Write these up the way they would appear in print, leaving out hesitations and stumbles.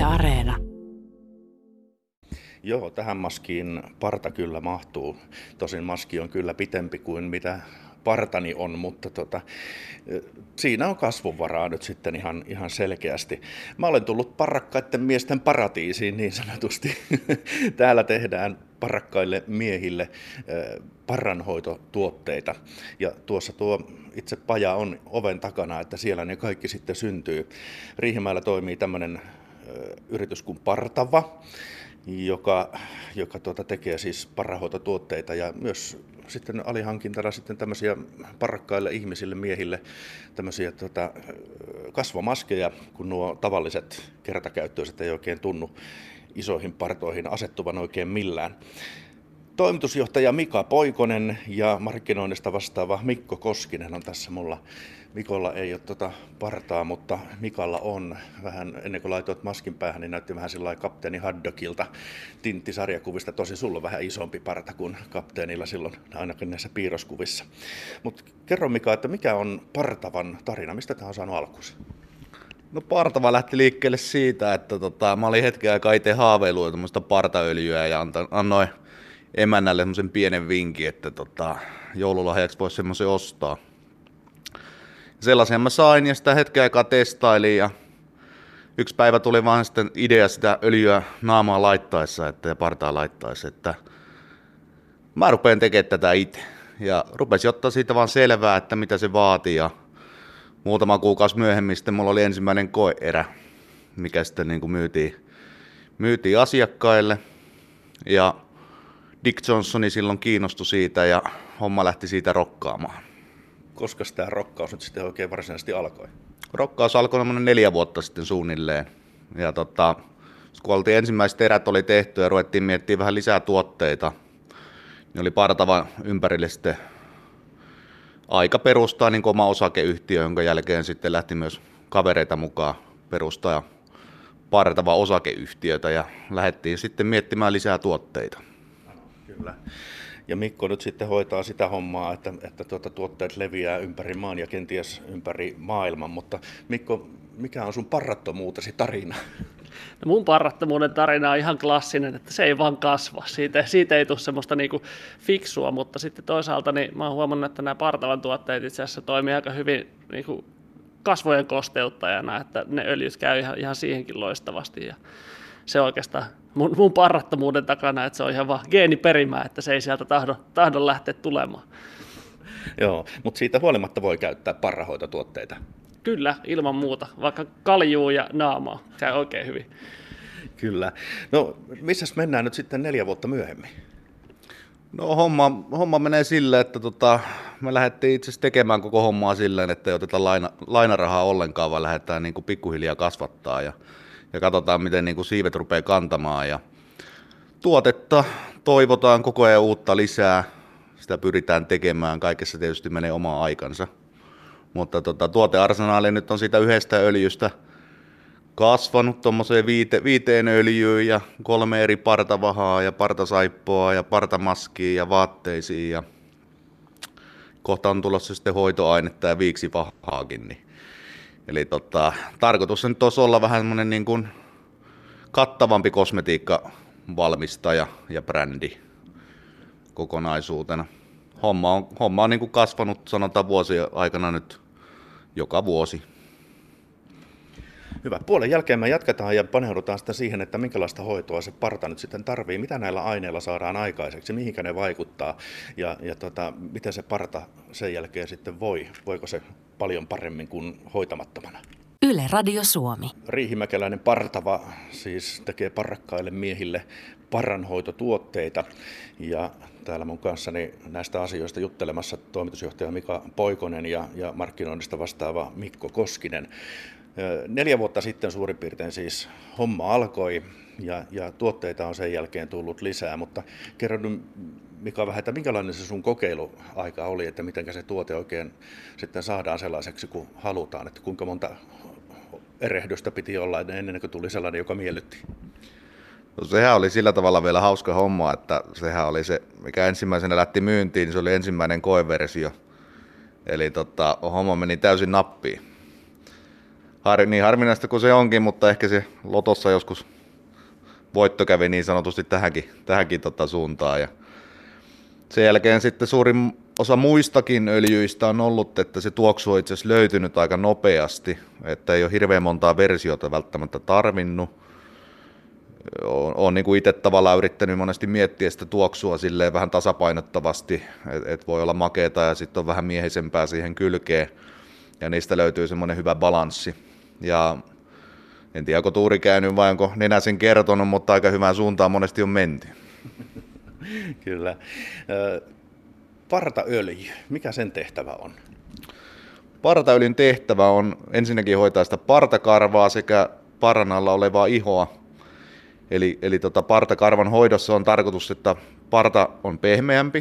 Areena. Joo, tähän maskiin parta kyllä mahtuu. Tosin maski on kyllä pitempi kuin mitä partani on, mutta siinä on kasvunvaraa nyt sitten ihan selkeästi. Mä olen tullut parrakkaiden miesten paratiisiin niin sanotusti. Täällä tehdään parrakkaille miehille parranhoitotuotteita. Ja tuossa tuo itse paja on oven takana, että siellä ne kaikki sitten syntyy. Riihimäellä toimii tämmöinen yritys kuin Partava, joka tekee siis parranhoitotuotteita ja myös sitten alihankintana sitten tämmöisiä parrakkaille ihmisille, miehille tämmöisiä kasvomaskeja, kun nuo tavalliset kertakäyttöiset ei oikein tunnu isoihin partoihin asettuvan oikein millään. Toimitusjohtaja Mika Poikonen ja markkinoinnista vastaava Mikko Koskinen on tässä mulla. Mikolla ei ole partaa, mutta Mikalla on. Vähän ennen kuin laitoit maskin päähän, niin näytti vähän sillä kapteeni Haddokilta Tintti-sarjakuvista. Tosi sulla on vähän isompi parta kuin kapteenilla silloin, ainakin näissä piirroskuvissa. Mutta kerro Mika, että mikä on Partavan tarina? Mistä tämä on saanut alkuunsa? No Partava lähti liikkeelle siitä, että mä olin hetken aikaa itse haaveillut tämmöistä partaöljyä ja annoin emännälle semmoisen pienen vinkin, että joululahjaksi voisi semmoisen ostaa. Sellaisen mä sain ja sitä hetken aikaa testailin ja yksi päivä tuli vaan sitten idea sitä öljyä naamaan laittaessa ja partaan laittaessa, että mä rupean tekemään tätä itse. Ja rupesin ottaa siitä vaan selvää, että mitä se vaatii ja muutama kuukausi myöhemmin sitten mulla oli ensimmäinen koeerä, mikä sitten niin kuin myytiin asiakkaille ja Dick Johnsoni silloin kiinnostui siitä ja homma lähti siitä rokkaamaan. Koska tämä rokkaus nyt sitten oikein varsinaisesti alkoi? Rokkaus alkoi noin 4 vuotta sitten suunnilleen. Ja kun oltiin ensimmäiset erät oli tehty ja ruvettiin miettimään vähän lisää tuotteita, niin oli Partava ympärille sitten aika perustaa niin oma osakeyhtiö, jonka jälkeen sitten lähti myös kavereita mukaan perustaa Partava osakeyhtiötä ja lähdettiin sitten miettimään lisää tuotteita. Kyllä. Ja Mikko nyt sitten hoitaa sitä hommaa, että tuotteet leviää ympäri maan ja kenties ympäri maailman. Mutta Mikko, mikä on sun parrattomuutesi tarina? No mun parrattomuuden tarina on ihan klassinen, että se ei vaan kasva. Siitä ei tule semmoista niinku fiksua, mutta sitten toisaalta niin mä oon huomannut, että nämä Partavan tuotteet itse asiassa toimii aika hyvin niinku kasvojen kosteuttajana, että ne öljyt käy ihan siihenkin loistavasti. Ja se oikeastaan mun parrattomuuden takana, että se on ihan vaan geeniperimää, että se ei sieltä tahdo lähteä tulemaan. Joo, mutta siitä huolimatta voi käyttää parranhoitotuotteita. Kyllä, ilman muuta. Vaikka kaljuu ja naamaa käy oikein hyvin. Kyllä. No, missäs mennään nyt sitten 4 vuotta myöhemmin? No homma menee silleen, että me lähdettiin itse asiassa tekemään koko hommaa silleen, että ei oteta lainarahaa ollenkaan, vaan lähdetään niin kuin pikkuhiljaa kasvattaa ja katsotaan, miten niin kuin siivet rupeaa kantamaan. Ja tuotetta toivotaan koko ajan uutta lisää, sitä pyritään tekemään, kaikessa tietysti menee oma aikansa. Mutta tuotearsenaali nyt on siitä yhdestä öljystä kasvanut tuommoiseen 5 öljyyn ja 3 eri partavahaa ja partasaippoa ja partamaskia ja vaatteisiin. Ja kohta on tulossa sitten hoitoainetta ja viiksivahaakin. Eli tarkoitus on nyt olla vähän semmoinen niin kuin kattavampi kosmetiikkavalmistaja ja brändi kokonaisuutena. Homma on niin kuin kasvanut sanotaan vuosien aikana nyt joka vuosi. Hyvä. Puolen jälkeen me jatketaan ja paneudutaan sitten siihen, että minkälaista hoitoa se parta nyt sitten tarvii, mitä näillä aineilla saadaan aikaiseksi, mihinkä ne vaikuttaa ja miten se parta sen jälkeen sitten voiko se paljon paremmin kuin hoitamattomana. Yle Radio Suomi. Riihimäkeläinen Partava siis tekee parrakkaille miehille parranhoitotuotteita ja täällä mun kanssani näistä asioista juttelemassa toimitusjohtaja Mika Poikonen ja markkinoinnista vastaava Mikko Koskinen. 4 vuotta sitten suurin piirtein siis homma alkoi ja tuotteita on sen jälkeen tullut lisää, mutta kerro nyt Mika vähän, että minkälainen se sun kokeiluaika oli, että miten se tuote oikein sitten saadaan sellaiseksi kuin halutaan, että kuinka monta erehdystä piti olla ennen kuin tuli sellainen, joka miellytti? No, sehän oli sillä tavalla vielä hauska homma, että sehän oli se, mikä ensimmäisenä lähti myyntiin, niin se oli ensimmäinen koeversio. Eli homma meni täysin nappiin. Niin harvinaista kuin se onkin, mutta ehkä se lotossa joskus voitto kävi niin sanotusti tähänkin suuntaan. Ja sen jälkeen sitten suurin osa muistakin öljyistä on ollut, että se tuoksu on itse asiassa löytynyt aika nopeasti, että ei ole hirveän montaa versiota välttämättä tarvinnut. Olen niin kuin itse tavallaan yrittänyt monesti miettiä sitä tuoksua silleen vähän tasapainottavasti, että voi olla makeata ja sitten on vähän miehisempää siihen kylkeen, ja niistä löytyy semmoinen hyvä balanssi. Ja en tiedä, onko tuuri käynyt vai onko nenä sen kertonut, mutta aika hyvään suuntaan monesti on menty. Kyllä. Partaöljy, mikä sen tehtävä on? Partaöljyn tehtävä on ensinnäkin hoitaa sitä partakarvaa sekä parran alla olevaa ihoa. Eli partakarvan hoidossa on tarkoitus, että parta on pehmeämpi,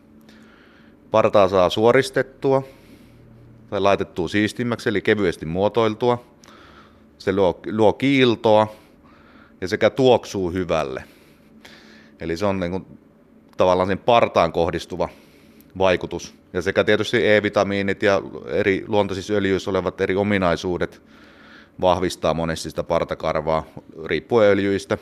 partaa saa suoristettua tai laitettua siistimmäksi, eli kevyesti muotoiltua. Se luo kiiltoa ja sekä tuoksuu hyvälle. Eli se on niin kuin tavallaan sen partaan kohdistuva vaikutus. Ja sekä tietysti E-vitamiinit ja eri luontaisissa öljyissä olevat eri ominaisuudet vahvistaa monesti sitä partakarvaa riippuen öljyistä.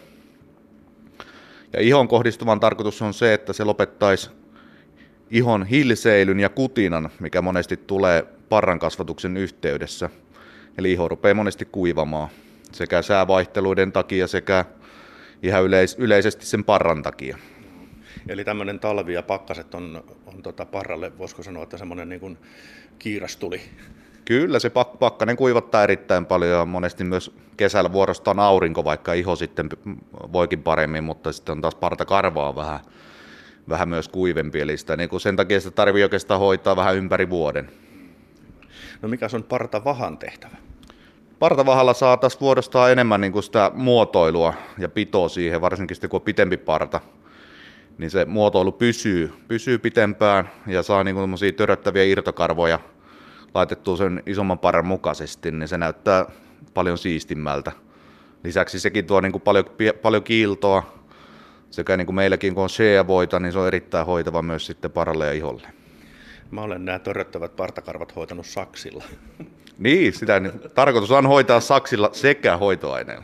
Ja ihon kohdistuvan tarkoitus on se, että se lopettaisi ihon hilseilyn ja kutinan, mikä monesti tulee parran kasvatuksen yhteydessä. Eli iho rupeaa monesti kuivamaan sekä säävaihteluiden takia sekä ihan yleisesti sen parran takia. Eli tämmöinen talvi ja pakkaset on parralle, voisiko sanoa, että semmoinen niin kuin kiirastuli. Kyllä, se pakkanen kuivattaa erittäin paljon ja monesti myös kesällä vuorostaan aurinko, vaikka iho sitten voikin paremmin, mutta sitten on taas partakarvaa vähän myös kuivempi, eli sitä, niin kuin sen takia sitä tarvitsee oikeastaan hoitaa vähän ympäri vuoden. No mikä on partavahan tehtävä? Partavahalla saa taas vuodostaan enemmän niin kuin sitä muotoilua ja pitoa siihen, varsinkin sitten kun on pitempi parta, niin se muotoilu pysyy pitempään ja saa niin kuin töröttäviä irtokarvoja laitettua sen isomman parran mukaisesti, niin se näyttää paljon siistimmältä. Lisäksi sekin tuo niin kuin paljon kiiltoa, sekä niin kuin meilläkin kun on shea-voita, niin se on erittäin hoitava myös sitten paralle ja iholle. Mä olen nämä törröttävät partakarvat hoitanut saksilla. Niin, tarkoitus on hoitaa saksilla sekä hoitoaineella.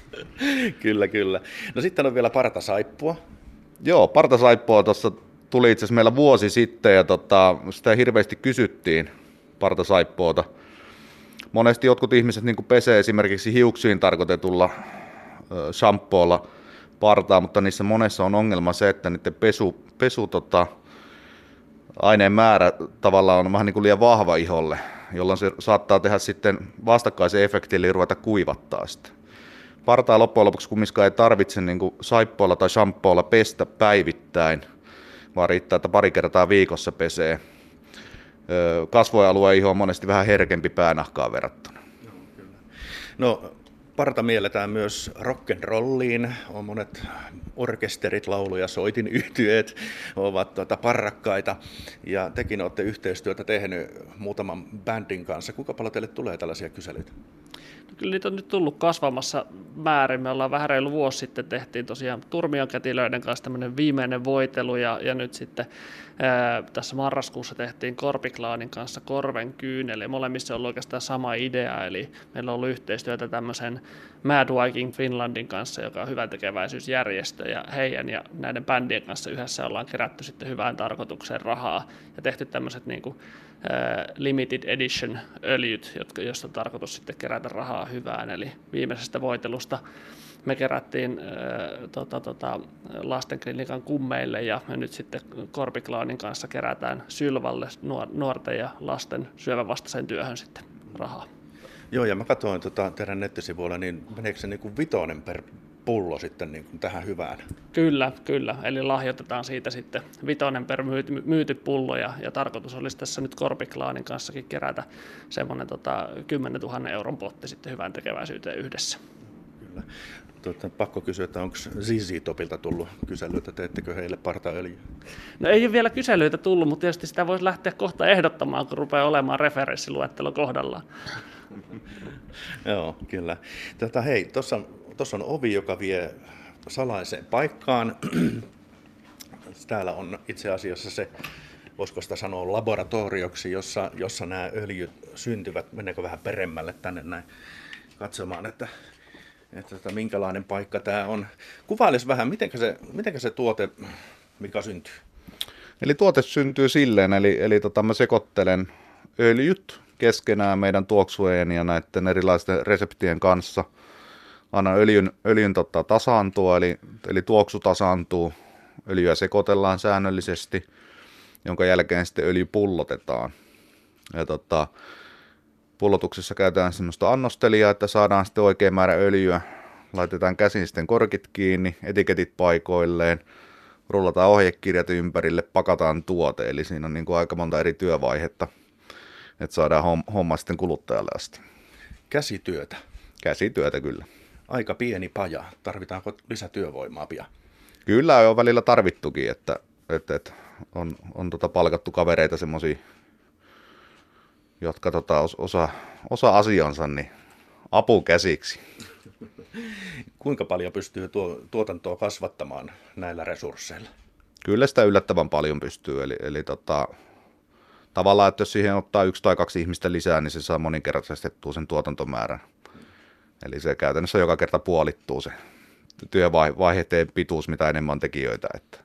Kyllä. No sitten on vielä partasaippua. Joo, partasaippua tuossa tuli itse asiassa meillä vuosi sitten ja sitä hirveästi kysyttiin partasaippuota. Monesti jotkut ihmiset niin kuin pesee esimerkiksi hiuksiin tarkoitetulla shampoolla partaa, mutta niissä monessa on ongelma se, että niiden pesu aineen määrä tavallaan on vähän niin kuin liian vahva iholle, jolloin se saattaa tehdä sitten vastakkaisen efektin, eli ruveta kuivattaa sitä. Partaa loppujen lopuksi kumminkaan ei tarvitse niin kuin saippualla tai shampoolla pestä päivittäin, vaan riittää, että pari kertaa viikossa pesee. Kasvojen alueen iho on monesti vähän herkempi päänahkaan verrattuna. No, parta mielletään myös rock'n'rolliin. On monet orkesterit, laulu- ja soitinyhtyeet ovat parrakkaita. Ja tekin olette yhteistyötä tehnyt muutaman bändin kanssa. Kuinka paljon teille tulee tällaisia kyselyitä? Kyllä niitä on nyt tullut kasvamassa määrin. Me ollaan vähän reilu vuosi sitten tehtiin tosiaan Turmionkätilöiden kanssa tämmöinen viimeinen voitelu ja nyt sitten tässä marraskuussa tehtiin Korpiklaanin kanssa Korven kyyneli. Molemmissa on ollut oikeastaan sama idea, eli meillä on ollut yhteistyötä tämmöisen Mad Viking Finlandin kanssa, joka on hyväntekeväisyysjärjestö, ja heidän ja näiden bändien kanssa yhdessä ollaan kerätty sitten hyvään tarkoitukseen rahaa ja tehty tämmöiset niin kuin limited edition öljyt, joista on tarkoitus sitten kerätä rahaa hyvään, eli viimeisestä voitelusta me kerättiin lastenklinikan kummeille ja me nyt sitten Korpiklaanin kanssa kerätään Sylvalle nuorten ja lasten syövänvastaiseen työhön sitten rahaa. Joo, ja mä katsoin teidän nettisivuilla, niin meneekö se niin kuin 5 per pullo sitten niin kuin tähän hyvään? Kyllä. Eli lahjoitetaan siitä sitten 5 per myyty pullo ja tarkoitus olisi tässä nyt Korpiklaanin kanssakin kerätä semmoinen 10 000 euron potti sitten hyvän tekeväisyyteen yhdessä. Kyllä. Pakko kysyä, että onko ZZ Topilta tullut kyselyitä, teettekö heille partaöljyä? No ei ole vielä kyselyitä tullut, mutta tietysti sitä voisi lähteä kohta ehdottamaan, kun rupeaa olemaan referenssiluettelo kohdallaan. Joo, kyllä. Hei, tuossa on ovi, joka vie salaiseen paikkaan. Täällä on itse asiassa se, voisiko sitä sanoa, laboratorioksi, jossa nämä öljyt syntyvät. Mennäänkö vähän peremmälle tänne näin? katsomaan, että minkälainen paikka tämä on. Kuvailisi vähän, mitenkä se tuote, mikä syntyy? Eli tuote syntyy silleen, eli mä sekoittelen öljyt keskenään meidän tuoksujen ja näiden erilaisten reseptien kanssa. Annan öljyn tasaantua, eli tuoksu tasaantuu. Öljyä sekoitellaan säännöllisesti, jonka jälkeen sitten öljy pullotetaan. Ja pullotuksessa käytetään semmoista annostelijaa, että saadaan sitten oikea määrä öljyä. Laitetaan käsin sitten korkit kiinni, etiketit paikoilleen, rullataan ohjekirjat ympärille, pakataan tuote. Eli siinä on niin kuin aika monta eri työvaihetta, että saadaan homma sitten kuluttajalle asti. Käsityötä. Käsityötä kyllä. Aika pieni paja. Tarvitaanko lisätyövoimaa pian? Kyllä on välillä tarvittukin, että on palkattu kavereita semmoisia, jotka osaa asiansa, niin apukäsiksi. Kuinka paljon pystyy tuotantoa kasvattamaan näillä resursseilla? Kyllä sitä yllättävän paljon pystyy, eli tavallaan, että jos siihen ottaa 1 tai 2 ihmistä lisää, niin se saa moninkertaistettua sen tuotantomäärän. Eli se käytännössä joka kerta puolittuu se työvaiheiden pituus, mitä enemmän on tekijöitä, että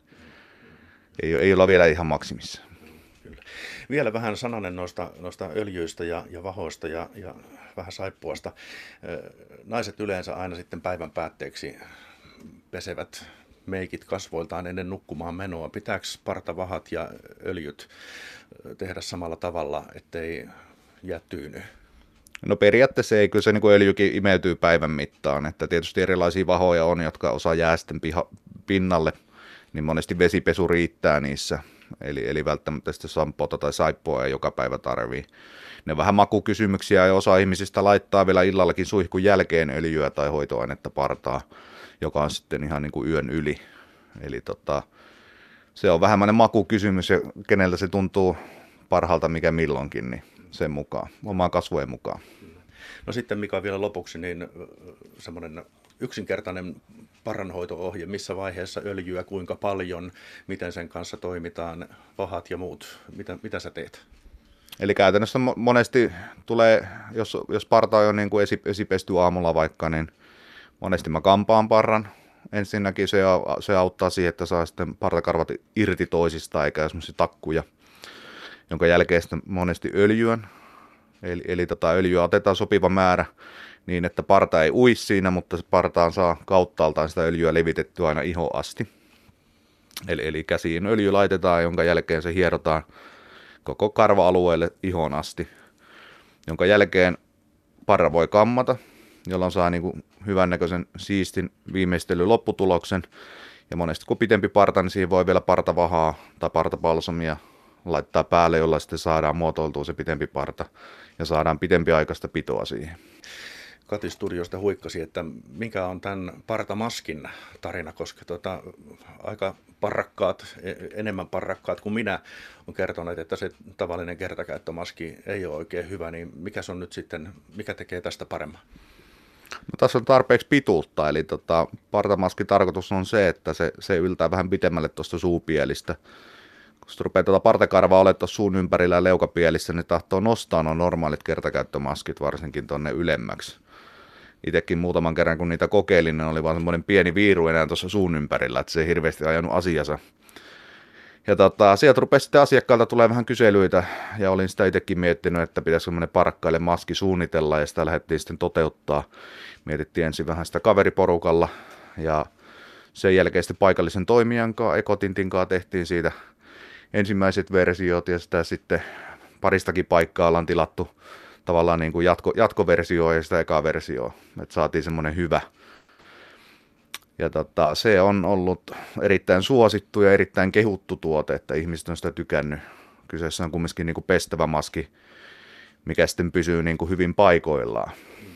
ei olla vielä ihan maksimissa. Kyllä. Vielä vähän sananen noista öljyistä ja vahoista ja vähän saippuasta. Naiset yleensä aina sitten päivän päätteeksi pesevät meikit kasvoiltaan ennen nukkumaan menoa. Pitääkö partavahat ja öljyt tehdä samalla tavalla, ettei jää tyyny? No periaatteessa ei, kyllä se niin kuin öljykin imeytyy päivän mittaan, että tietysti erilaisia vahoja on, jotka osaa jää sitten pinnalle, niin monesti vesipesu riittää niissä, eli välttämättä sitten sampoota tai saippua ei joka päivä tarvii. Ne vähän makukysymyksiä ja osa ihmisistä laittaa vielä illallakin suihkun jälkeen öljyä tai hoitoainetta partaa, joka on sitten ihan niin kuin yön yli. Eli se on vähemmän makukysymys ja keneltä se tuntuu parhaalta mikä milloinkin, niin sen mukaan, omaan kasvojen mukaan. No sitten Mika vielä lopuksi, niin semmoinen yksinkertainen parranhoito-ohje, missä vaiheessa öljyä, kuinka paljon, miten sen kanssa toimitaan, vahat ja muut, mitä sä teet? Eli käytännössä monesti tulee, jos parta on jo niin kuin esipesty aamulla vaikka, niin monesti mä kampaan parran. Ensinnäkin se auttaa siihen, että saa sitten partakarvat irti toisistaan eikä semmoisia takkuja, jonka jälkeen sitten monesti öljyön. Eli öljyä otetaan sopiva määrä niin, että parta ei ui siinä, mutta partaan saa kauttaaltaan sitä öljyä levitettyä aina ihoon asti. Eli käsiin öljy laitetaan, jonka jälkeen se hierotaan koko karva-alueelle ihoon asti, jonka jälkeen parra voi kammata, jolloin saa niin kuin hyvännäköisen siistin viimeistelyn lopputuloksen. Ja monesti kun pitempi parta, niin siihen voi vielä partavahaa tai partapalsamia laittaa päälle, jolla sitten saadaan muotoiltua se pitempi parta ja saadaan pitempiaikaista pitoa siihen. Kati Studiosta huikkasi, että mikä on tämän partamaskin tarina, koska aika parrakkaat, enemmän parrakkaat kuin minä on kertonut, että se tavallinen kertakäyttömaski ei ole oikein hyvä, niin mikä se on nyt sitten, mikä tekee tästä paremman? No, tässä on tarpeeksi pituutta, eli partamaskin tarkoitus on se, että se yltää vähän pitemmälle tuosta suupielistä. Kun rupeaa partakarvaa olemaan tuossa suun ympärillä ja leukapielissä, niin tahtoo nostaa nuo normaalit kertakäyttömaskit varsinkin tuonne ylemmäksi. Itsekin muutaman kerran, kun niitä kokeilin, niin oli vaan semmoinen pieni viiru enää tuossa suun ympärillä, että se ei hirveästi ajanut asiansa. Ja sieltä rupesi sitten asiakkaalta tulee vähän kyselyitä, ja olin sitä itsekin miettinyt, että pitäisi semmoinen parkkaille maski suunnitella, ja sitä lähdettiin sitten toteuttaa. Mietittiin ensin vähän sitä kaveriporukalla, ja sen jälkeen sitten paikallisen toimijan kanssa, Ekotintin kanssa tehtiin siitä ensimmäiset versiot, ja sitä sitten paristakin paikkaa ollaan tilattu tavallaan niin kuin jatkoversioon ja sitä ekaa versioon, että saatiin semmoinen hyvä. Ja se on ollut erittäin suosittu ja erittäin kehuttu tuote, että ihmiset on sitä tykännyt. Kyseessä on kumminkin niin kuin pestävä maski, mikä sitten pysyy niin kuin hyvin paikoillaan.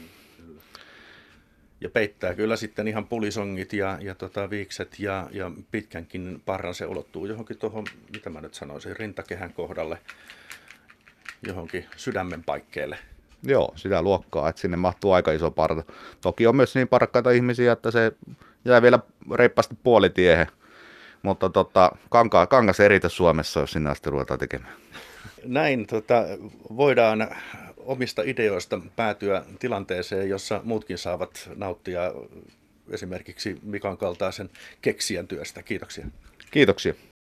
Ja peittää kyllä sitten ihan pulisongit ja viikset ja pitkänkin parran, se ulottuu johonkin tuohon, mitä mä nyt sanoisin, rintakehän kohdalle, johonkin sydämen paikkeelle. Joo, sitä luokkaa, että sinne mahtuu aika iso parta. Toki on myös niin parkkaita ihmisiä, että se jää vielä reippaasti puolitiehen, mutta kangas eritä Suomessa, jos sinne asti ruvetaan tekemään. Näin voidaan omista ideoista päätyä tilanteeseen, jossa muutkin saavat nauttia esimerkiksi Mikan kaltaisen keksijän työstä. Kiitoksia. Kiitoksia.